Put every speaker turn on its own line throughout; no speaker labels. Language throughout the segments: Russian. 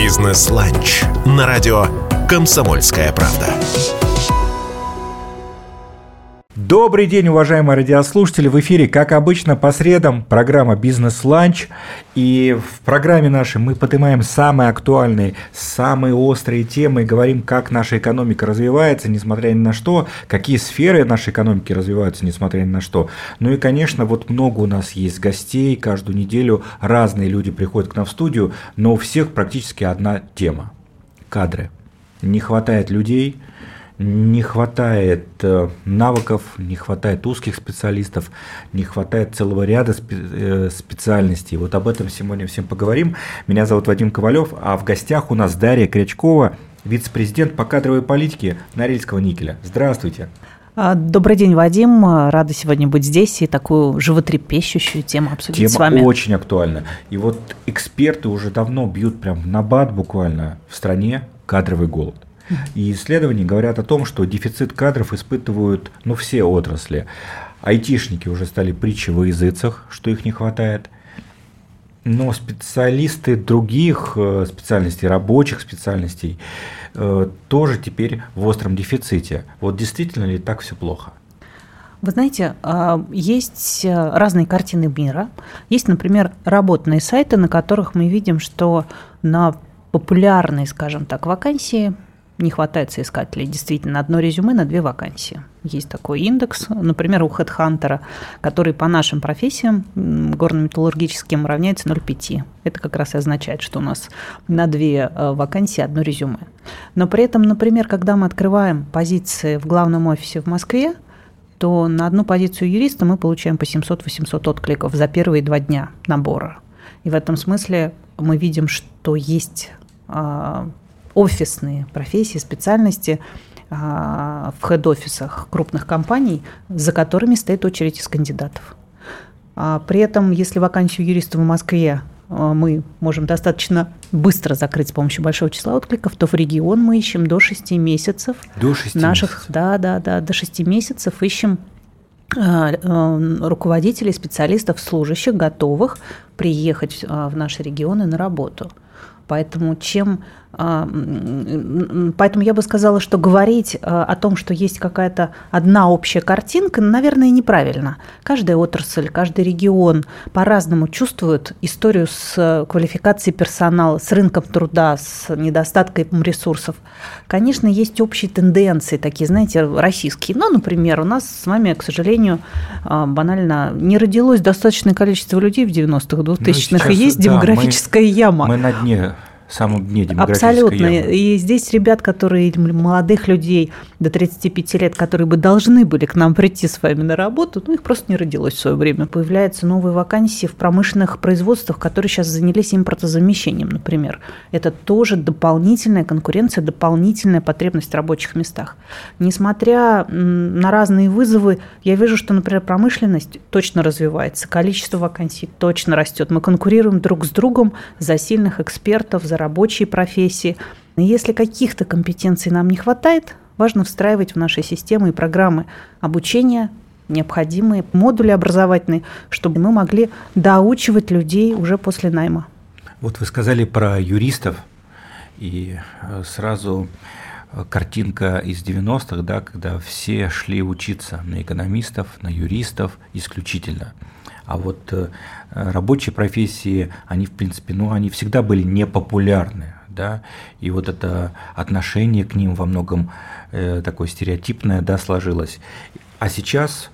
Бизнес-ланч на радио «Комсомольская правда».
Добрый день, уважаемые радиослушатели! В эфире, как обычно, по средам программа «Бизнес-ланч». И в программе нашей мы поднимаем самые актуальные, самые острые темы и говорим, как наша экономика развивается, несмотря ни на что, какие сферы нашей экономики развиваются, несмотря ни на что. Ну и, конечно, вот много у нас есть гостей, каждую неделю разные люди приходят к нам в студию, но у всех практически одна тема – кадры. Не хватает людей. Не хватает навыков, не хватает узких специалистов, не хватает целого ряда специальностей. Вот об этом сегодня всем поговорим. Меня зовут Вадим Ковалев, а в гостях у нас Дарья Крячкова, вице-президент по кадровой политике Норильского никеля. Здравствуйте.
Добрый день, Вадим. Рада сегодня быть здесь и такую животрепещущую тему обсудить с вами.
Тема очень актуальна. И вот эксперты уже давно бьют прям в набат буквально в стране кадровый голод. И исследования говорят о том, что дефицит кадров испытывают все отрасли. Айтишники уже стали притчей во языцах, что их не хватает. Но специалисты других специальностей, рабочих специальностей, тоже теперь в остром дефиците. Вот действительно ли так все плохо?
Вы знаете, есть разные картины мира. Есть, например, работные сайты, на которых мы видим, что на популярные, скажем так, вакансии не хватает соискателей. Действительно, одно резюме на 2 вакансии. Есть такой индекс, например, у HeadHunter, который по нашим профессиям горно-металлургическим равняется 0,5. Это как раз и означает, что у нас на 2 вакансии одно резюме. Но при этом, например, когда мы открываем позиции в главном офисе в Москве, то на одну позицию юриста мы получаем по 700-800 откликов за первые 2 дня набора. И в этом смысле мы видим, что есть офисные профессии, специальности в хед-офисах крупных компаний, за которыми стоит очередь из кандидатов. При этом, если вакансию юриста в Москве мы можем достаточно быстро закрыть с помощью большого числа откликов, то в регион мы ищем до 6 месяцев.
До 6 месяцев?
Да, до 6 месяцев ищем руководителей, специалистов, служащих, готовых приехать в наши регионы на работу. Поэтому я бы сказала, что говорить о том, что есть какая-то одна общая картинка, наверное, неправильно. Каждая отрасль, каждый регион по-разному чувствует историю с квалификацией персонала, с рынком труда, с недостатком ресурсов. Конечно, есть общие тенденции, такие, знаете, российские. Но, например, у нас с вами, к сожалению, банально не родилось достаточное количество людей в 90-х, 2000-х, и есть демографическая яма.
Мы на дне. В самом дне демографической
Абсолютно.
ямы.
И здесь ребят, молодых людей до 35 лет, которые бы должны были к нам прийти с вами на работу, их просто не родилось в свое время. Появляются новые вакансии в промышленных производствах, которые сейчас занялись импортозамещением, например. Это тоже дополнительная конкуренция, дополнительная потребность в рабочих местах. Несмотря на разные вызовы, я вижу, что, например, промышленность точно развивается, количество вакансий точно растет. Мы конкурируем друг с другом за сильных экспертов, за рабочие профессии. И если каких-то компетенций нам не хватает, важно встраивать в наши системы и программы обучения необходимые модули образовательные, чтобы мы могли доучивать людей уже после найма.
Вот вы сказали про юристов, и сразу картинка из 90-х, да, когда все шли учиться на экономистов, на юристов исключительно. А вот рабочие профессии, они, в принципе, они всегда были непопулярны, да, и вот это отношение к ним во многом такое стереотипное, да, сложилось. А сейчас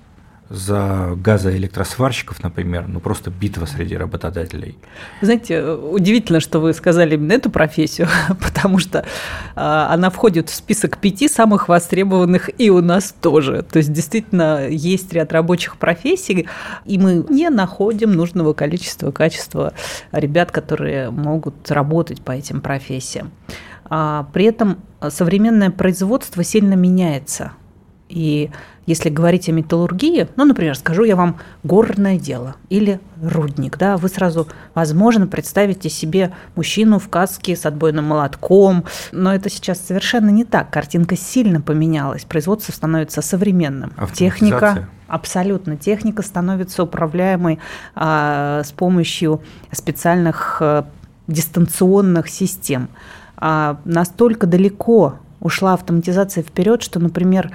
за газоэлектросварщиков, например, просто битва среди работодателей.
Знаете, удивительно, что вы сказали именно эту профессию, потому что она входит в список 5 самых востребованных и у нас тоже. То есть действительно есть ряд рабочих профессий, и мы не находим нужного качества ребят, которые могут работать по этим профессиям. При этом современное производство сильно меняется. И если говорить о металлургии, например, скажу я вам горное дело или рудник, да, вы сразу, возможно, представите себе мужчину в каске с отбойным молотком, но это сейчас совершенно не так. Картинка сильно поменялась, производство становится современным. Техника, абсолютно, техника становится управляемой с помощью специальных дистанционных систем. Настолько далеко ушла автоматизация вперед, что, например,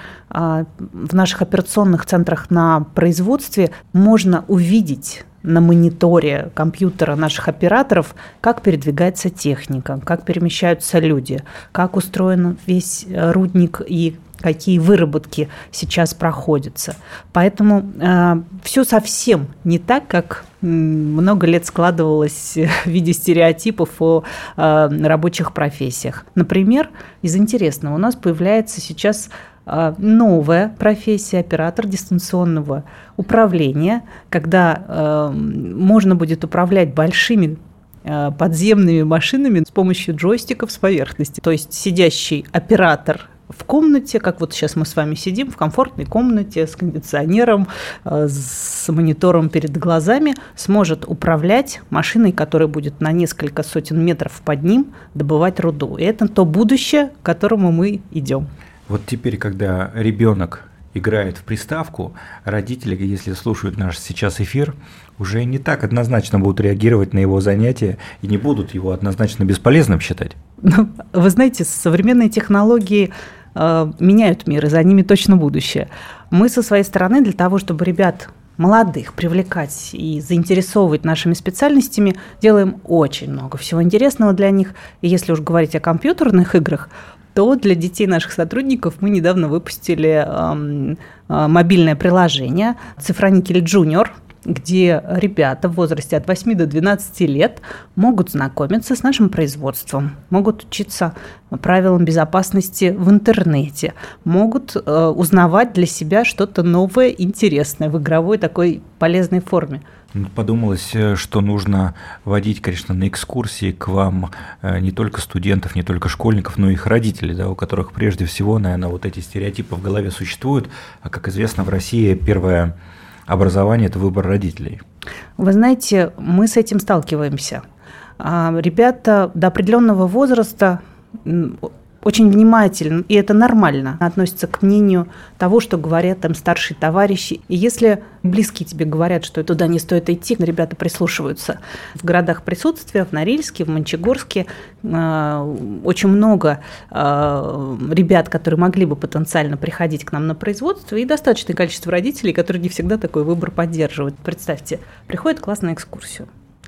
в наших операционных центрах на производстве можно увидеть на мониторе компьютера наших операторов, как передвигается техника, как перемещаются люди, как устроен весь рудник и какие выработки сейчас проходятся. Поэтому все совсем не так, как много лет складывалось в виде стереотипов о рабочих профессиях. Например, из интересного, у нас появляется сейчас новая профессия оператор дистанционного управления, когда можно будет управлять большими подземными машинами с помощью джойстиков с поверхности. То есть сидящий оператор в комнате, как вот сейчас мы с вами сидим в комфортной комнате с кондиционером, с монитором перед глазами, сможет управлять машиной, которая будет на несколько сотен метров под ним добывать руду. И это то будущее, к которому мы идем.
Вот теперь, когда ребенок играет в приставку, родители, если слушают наш сейчас эфир, уже не так однозначно будут реагировать на его занятия и не будут его однозначно бесполезным считать.
Вы знаете, современные технологии меняют мир, и за ними точно будущее. Мы со своей стороны для того, чтобы ребят молодых привлекать и заинтересовывать нашими специальностями, делаем очень много всего интересного для них. И если уж говорить о компьютерных играх, то для детей наших сотрудников мы недавно выпустили мобильное приложение «Цифроникель Junior», где ребята в возрасте от 8 до 12 лет могут знакомиться с нашим производством, могут учиться правилам безопасности в интернете, могут узнавать для себя что-то новое, интересное в игровой такой полезной форме.
Подумалось, что нужно водить, конечно, на экскурсии к вам не только студентов, не только школьников, но и их родителей, да, у которых прежде всего, наверное, вот эти стереотипы в голове существуют. А, как известно, в России первое образование – это выбор родителей.
Вы знаете, мы с этим сталкиваемся. Ребята до определенного возраста очень внимательно, и это нормально, относятся к мнению того, что говорят там старшие товарищи. И если близкие тебе говорят, что туда не стоит идти, ребята прислушиваются. В городах присутствия, в Норильске, в Мончегорске очень много ребят, которые могли бы потенциально приходить к нам на производство, и достаточное количество родителей, которые не всегда такой выбор поддерживают. Представьте, приходит класс на экскурсию.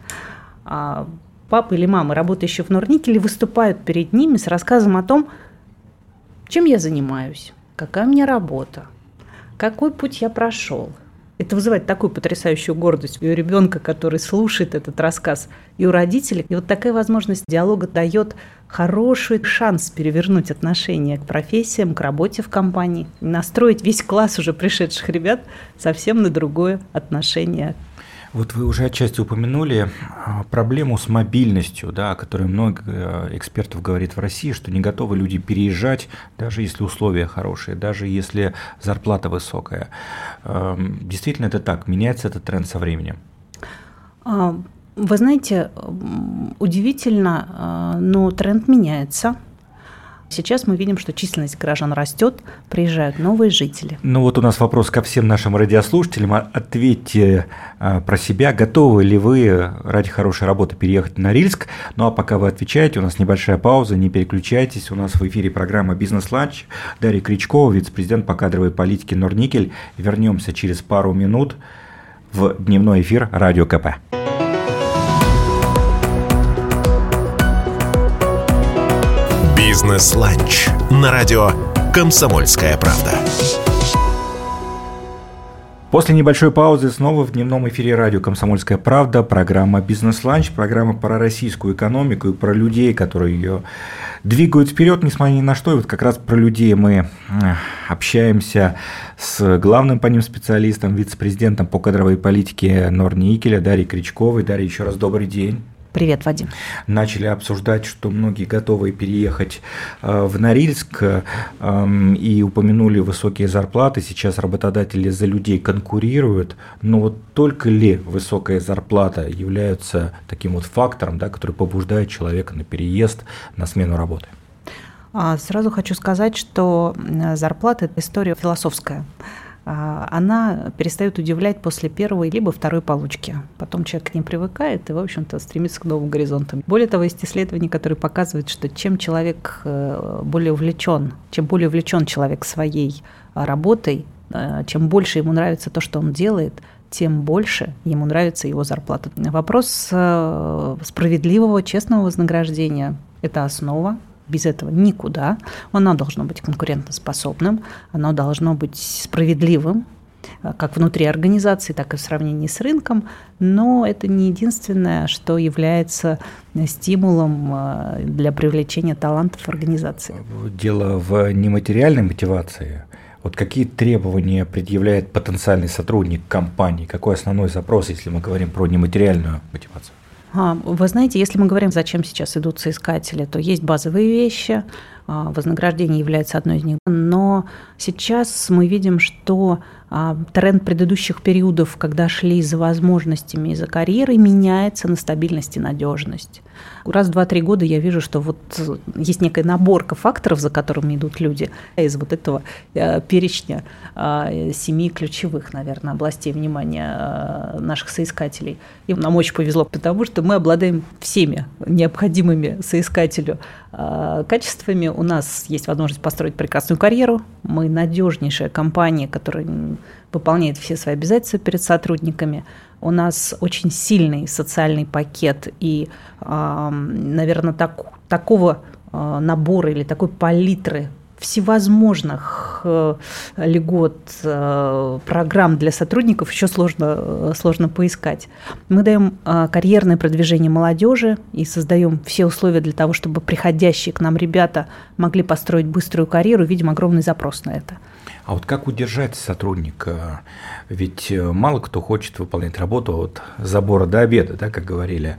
Папа или мама, работающие в Норникеле, выступают перед ними с рассказом о том, чем я занимаюсь, какая у меня работа, какой путь я прошел. Это вызывает такую потрясающую гордость у ребенка, который слушает этот рассказ, и у родителей. И вот такая возможность диалога дает хороший шанс перевернуть отношение к профессиям, к работе в компании, настроить весь класс уже пришедших ребят совсем на другое отношение.
Вот вы уже отчасти упомянули проблему с мобильностью, да, о которой много экспертов говорит в России, что не готовы люди переезжать, даже если условия хорошие, даже если зарплата высокая. Действительно это так? Меняется этот тренд со временем?
Вы знаете, удивительно, но тренд меняется. Сейчас мы видим, что численность горожан растет, приезжают новые жители.
Ну вот у нас вопрос ко всем нашим радиослушателям. Ответьте про себя, готовы ли вы ради хорошей работы переехать на Норильск? Ну а пока вы отвечаете, у нас небольшая пауза, не переключайтесь. У нас в эфире программа «Бизнес-ланч». Дарья Кричкова, вице-президент по кадровой политике Норникель. Вернемся через пару минут в дневной эфир Радио КП.
«Бизнес-ланч» на радио «Комсомольская правда».
После небольшой паузы снова в дневном эфире радио «Комсомольская правда» программа «Бизнес-ланч», программа про российскую экономику и про людей, которые ее двигают вперед, несмотря ни на что. И вот как раз про людей мы общаемся с главным по ним специалистом, вице-президентом по кадровой политике Норникеля Дарьей Кричковой. Дарья, еще раз добрый день.
Привет, Вадим.
Начали обсуждать, что многие готовы переехать в Норильск и упомянули высокие зарплаты. Сейчас работодатели за людей конкурируют, но вот только ли высокая зарплата является таким вот фактором, да, который побуждает человека на переезд, на смену работы?
Сразу хочу сказать, что зарплата – это история философская. она перестает удивлять после первой либо второй получки. Потом человек к ней привыкает и, в общем-то, стремится к новым горизонтам. Более того, есть исследования, которые показывают, что чем человек более увлечен, чем более увлечен человек своей работой, чем больше ему нравится то, что он делает, тем больше ему нравится его зарплата. Вопрос справедливого, честного вознаграждения – это основа. Без этого никуда. Оно должно быть конкурентоспособным, оно должно быть справедливым, как внутри организации, так и в сравнении с рынком, но это не единственное, что является стимулом для привлечения талантов в организации.
Дело в нематериальной мотивации. Вот какие требования предъявляет потенциальный сотрудник компании? Какой основной запрос, если мы говорим про нематериальную мотивацию?
Вы знаете, если мы говорим, зачем сейчас идут соискатели, то есть базовые вещи, вознаграждение является одной из них. Но сейчас мы видим, что тренд предыдущих периодов, когда шли за возможностями и за карьерой, меняется на стабильность и надежность. Раз в 2-3 года я вижу, что вот есть некая наборка факторов, за которыми идут люди, из вот этого перечня 7 ключевых, наверное, областей внимания наших соискателей. И нам очень повезло, потому что мы обладаем всеми необходимыми соискателю качествами. У нас есть возможность построить прекрасную карьеру. Мы надежнейшая компания, которая выполняет все свои обязательства перед сотрудниками. У нас очень сильный социальный пакет и, наверное, такого набора или такой палитры всевозможных льгот, программ для сотрудников еще сложно поискать. Мы даем карьерное продвижение молодежи и создаем все условия для того, чтобы приходящие к нам ребята могли построить быструю карьеру. Видим огромный запрос на это.
А вот как удержать сотрудника? Ведь мало кто хочет выполнять работу от забора до обеда, да, как говорили.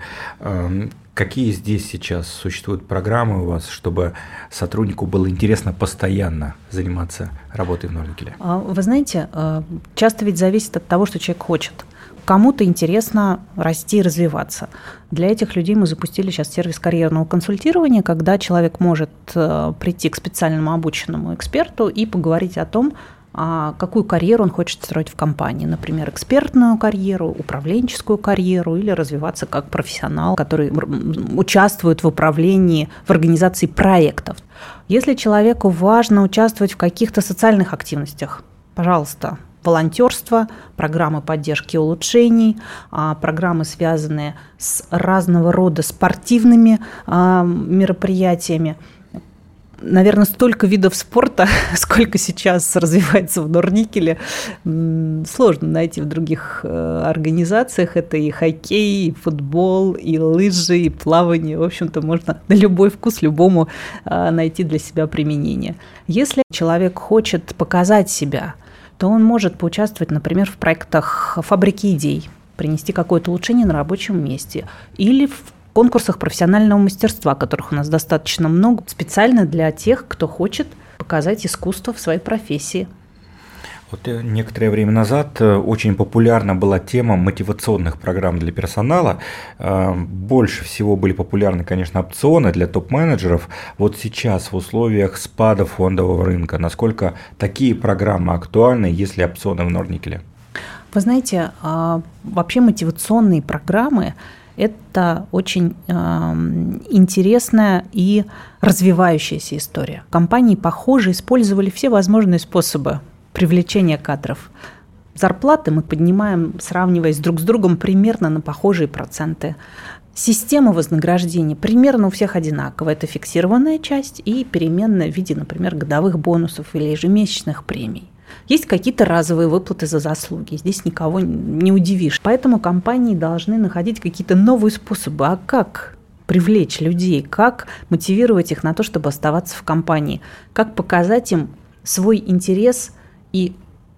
Какие здесь сейчас существуют программы у вас, чтобы сотруднику было интересно постоянно заниматься работой в Норникеле?
Вы знаете, часто ведь зависит от того, что человек хочет. Кому-то интересно расти и развиваться. Для этих людей мы запустили сейчас сервис карьерного консультирования, когда человек может прийти к специальному обученному эксперту и поговорить о том, какую карьеру он хочет строить в компании. Например, экспертную карьеру, управленческую карьеру или развиваться как профессионал, который участвует в управлении, в организации проектов. Если человеку важно участвовать в каких-то социальных активностях, пожалуйста, волонтерство, программы поддержки и улучшений, программы, связанные с разного рода спортивными мероприятиями. Наверное, столько видов спорта, сколько сейчас развивается в Норникеле, сложно найти в других организациях. Это и хоккей, и футбол, и лыжи, и плавание. В общем-то, можно на любой вкус, любому найти для себя применение. Если человек хочет показать себя, то он может поучаствовать, например, в проектах «Фабрики идей», принести какое-то улучшение на рабочем месте или в конкурсах профессионального мастерства, которых у нас достаточно много, специально для тех, кто хочет показать искусство в своей профессии.
Вот некоторое время назад очень популярна была тема мотивационных программ для персонала. Больше всего были популярны, конечно, опционы для топ-менеджеров. Вот сейчас в условиях спада фондового рынка, насколько такие программы актуальны, есть ли опционы в Норникеле?
Вы знаете, вообще мотивационные программы – это очень интересная и развивающаяся история. Компании, похоже, использовали все возможные способы привлечения кадров. Зарплаты мы поднимаем, сравниваясь друг с другом, примерно на похожие проценты. Система вознаграждения примерно у всех одинаковая. Это фиксированная часть и переменная в виде, например, годовых бонусов или ежемесячных премий. Есть какие-то разовые выплаты за заслуги. Здесь никого не удивишь. Поэтому компании должны находить какие-то новые способы. А как привлечь людей? Как мотивировать их на то, чтобы оставаться в компании? Как показать им свой интерес и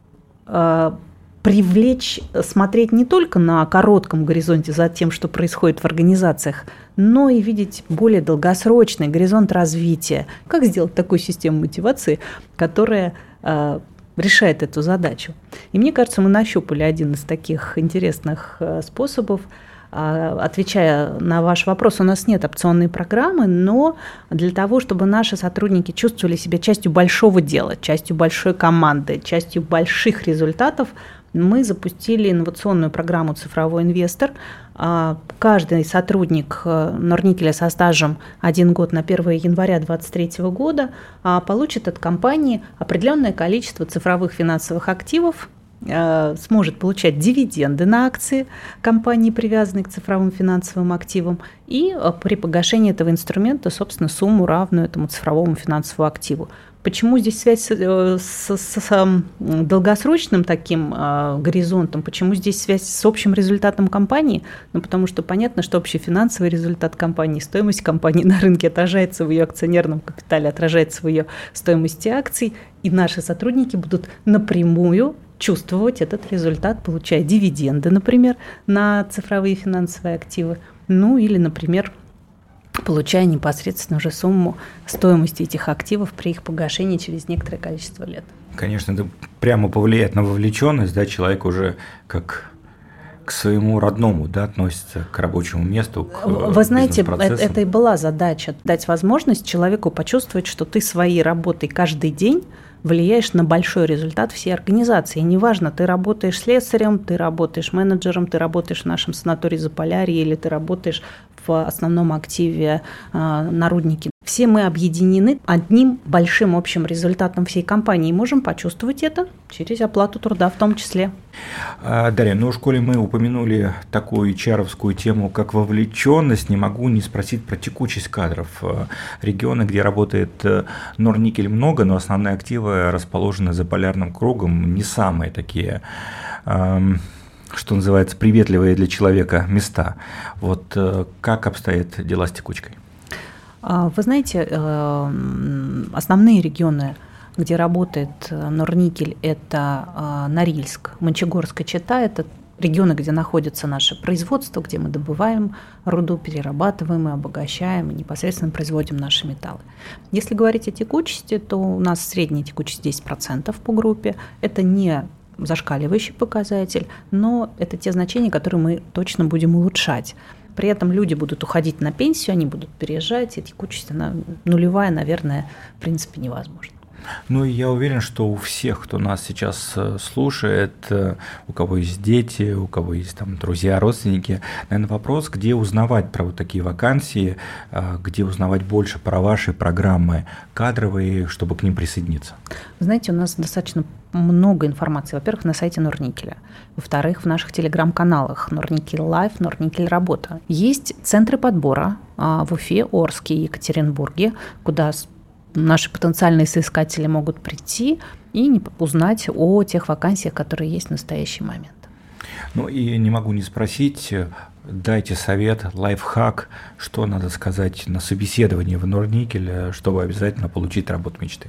привлечь, смотреть не только на коротком горизонте за тем, что происходит в организациях, но и видеть более долгосрочный горизонт развития. Как сделать такую систему мотивации, которая решает эту задачу? И мне кажется, мы нащупали один из таких интересных способов. отвечая на ваш вопрос, у нас нет опционной программы, но для того, чтобы наши сотрудники чувствовали себя частью большого дела, частью большой команды, частью больших результатов, мы запустили инновационную программу «Цифровой инвестор». Каждый сотрудник Норникеля со стажем 1 год на 1 января 2023 года получит от компании определенное количество цифровых финансовых активов, сможет получать дивиденды на акции компании, привязанные к цифровым финансовым активам, и при погашении этого инструмента, собственно, сумму, равную этому цифровому финансовому активу. Почему здесь связь с долгосрочным таким горизонтом? Почему здесь связь с общим результатом компании? Ну, потому что понятно, что общий финансовый результат компании, стоимость компании на рынке отражается в ее акционерном капитале, отражается в ее стоимости акций, и наши сотрудники будут напрямую чувствовать этот результат, получая дивиденды, например, на цифровые финансовые активы, ну или, например, получая непосредственно уже сумму стоимости этих активов при их погашении через некоторое количество лет.
Конечно, это прямо повлияет на вовлеченность, да, человек уже как к своему родному, да, относится к рабочему месту, к
Вы знаете, это и была задача, дать возможность человеку почувствовать, что ты своей работой каждый день влияешь на большой результат всей организации. И неважно, ты работаешь слесарем, ты работаешь менеджером, ты работаешь в нашем санатории Заполярье или ты работаешь в основном активе на Руднике. Все мы объединены одним большим общим результатом всей компании и можем почувствовать это через оплату труда в том числе.
Дарья, ну уж коли мы упомянули такую HR-овскую тему, как вовлеченность, не могу не спросить про текучесть кадров. Регионы, где работает Норникель, много, но основные активы расположены за полярным кругом, не самые такие, что называется, приветливые для человека места. Вот как обстоят дела с текучкой?
Вы знаете, основные регионы, где работает Норникель, это Норильск, Мончегорская Чита, это регионы, где находится наше производство, где мы добываем руду, перерабатываем и обогащаем, и непосредственно производим наши металлы. Если говорить о текучести, то у нас средняя текучесть 10% по группе. Это не зашкаливающий показатель, но это те значения, которые мы точно будем улучшать. При этом люди будут уходить на пенсию, они будут переезжать, и текучесть, она нулевая, наверное, в принципе, невозможно.
Ну, и я уверен, что у всех, кто нас сейчас слушает, у кого есть дети, у кого есть там друзья, родственники, наверное, вопрос, где узнавать про вот такие вакансии, где узнавать больше про ваши программы кадровые, чтобы к ним присоединиться.
Вы знаете, у нас достаточно много информации. Во-первых, на сайте Норникеля. Во-вторых, в наших телеграм-каналах Норникель Лайф, Норникель Работа. Есть центры подбора в Уфе, Орске и Екатеринбурге, куда наши потенциальные соискатели могут прийти и узнать о тех вакансиях, которые есть в настоящий момент.
Ну и не могу не спросить, дайте совет, лайфхак, что надо сказать на собеседовании в Норникель, чтобы обязательно получить работу мечты.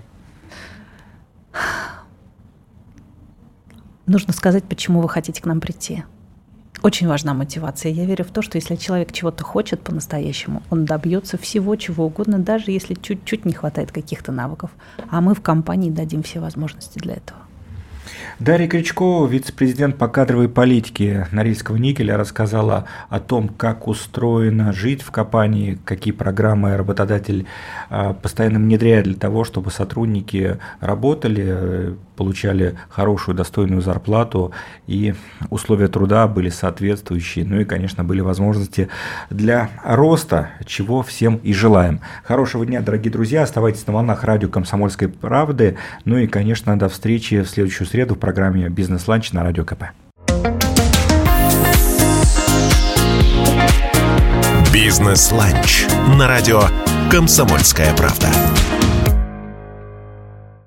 Нужно сказать, почему вы хотите к нам прийти. Очень важна мотивация. Я верю в то, что если человек чего-то хочет по-настоящему, он добьется всего, чего угодно, даже если чуть-чуть не хватает каких-то навыков. А мы в компании дадим все возможности для этого.
Дарья Кричко, вице-президент по кадровой политике Норильского никеля, рассказала о том, как устроено жить в компании, какие программы работодатель постоянно внедряет для того, чтобы сотрудники работали, получали хорошую, достойную зарплату, и условия труда были соответствующие, ну и, конечно, были возможности для роста, чего всем и желаем. Хорошего дня, дорогие друзья, оставайтесь на волнах радио «Комсомольской правды», ну и, конечно, до встречи в следующую среду в программе «Бизнес-ланч» на Радио КП.
«Бизнес-ланч» на радио «Комсомольская правда».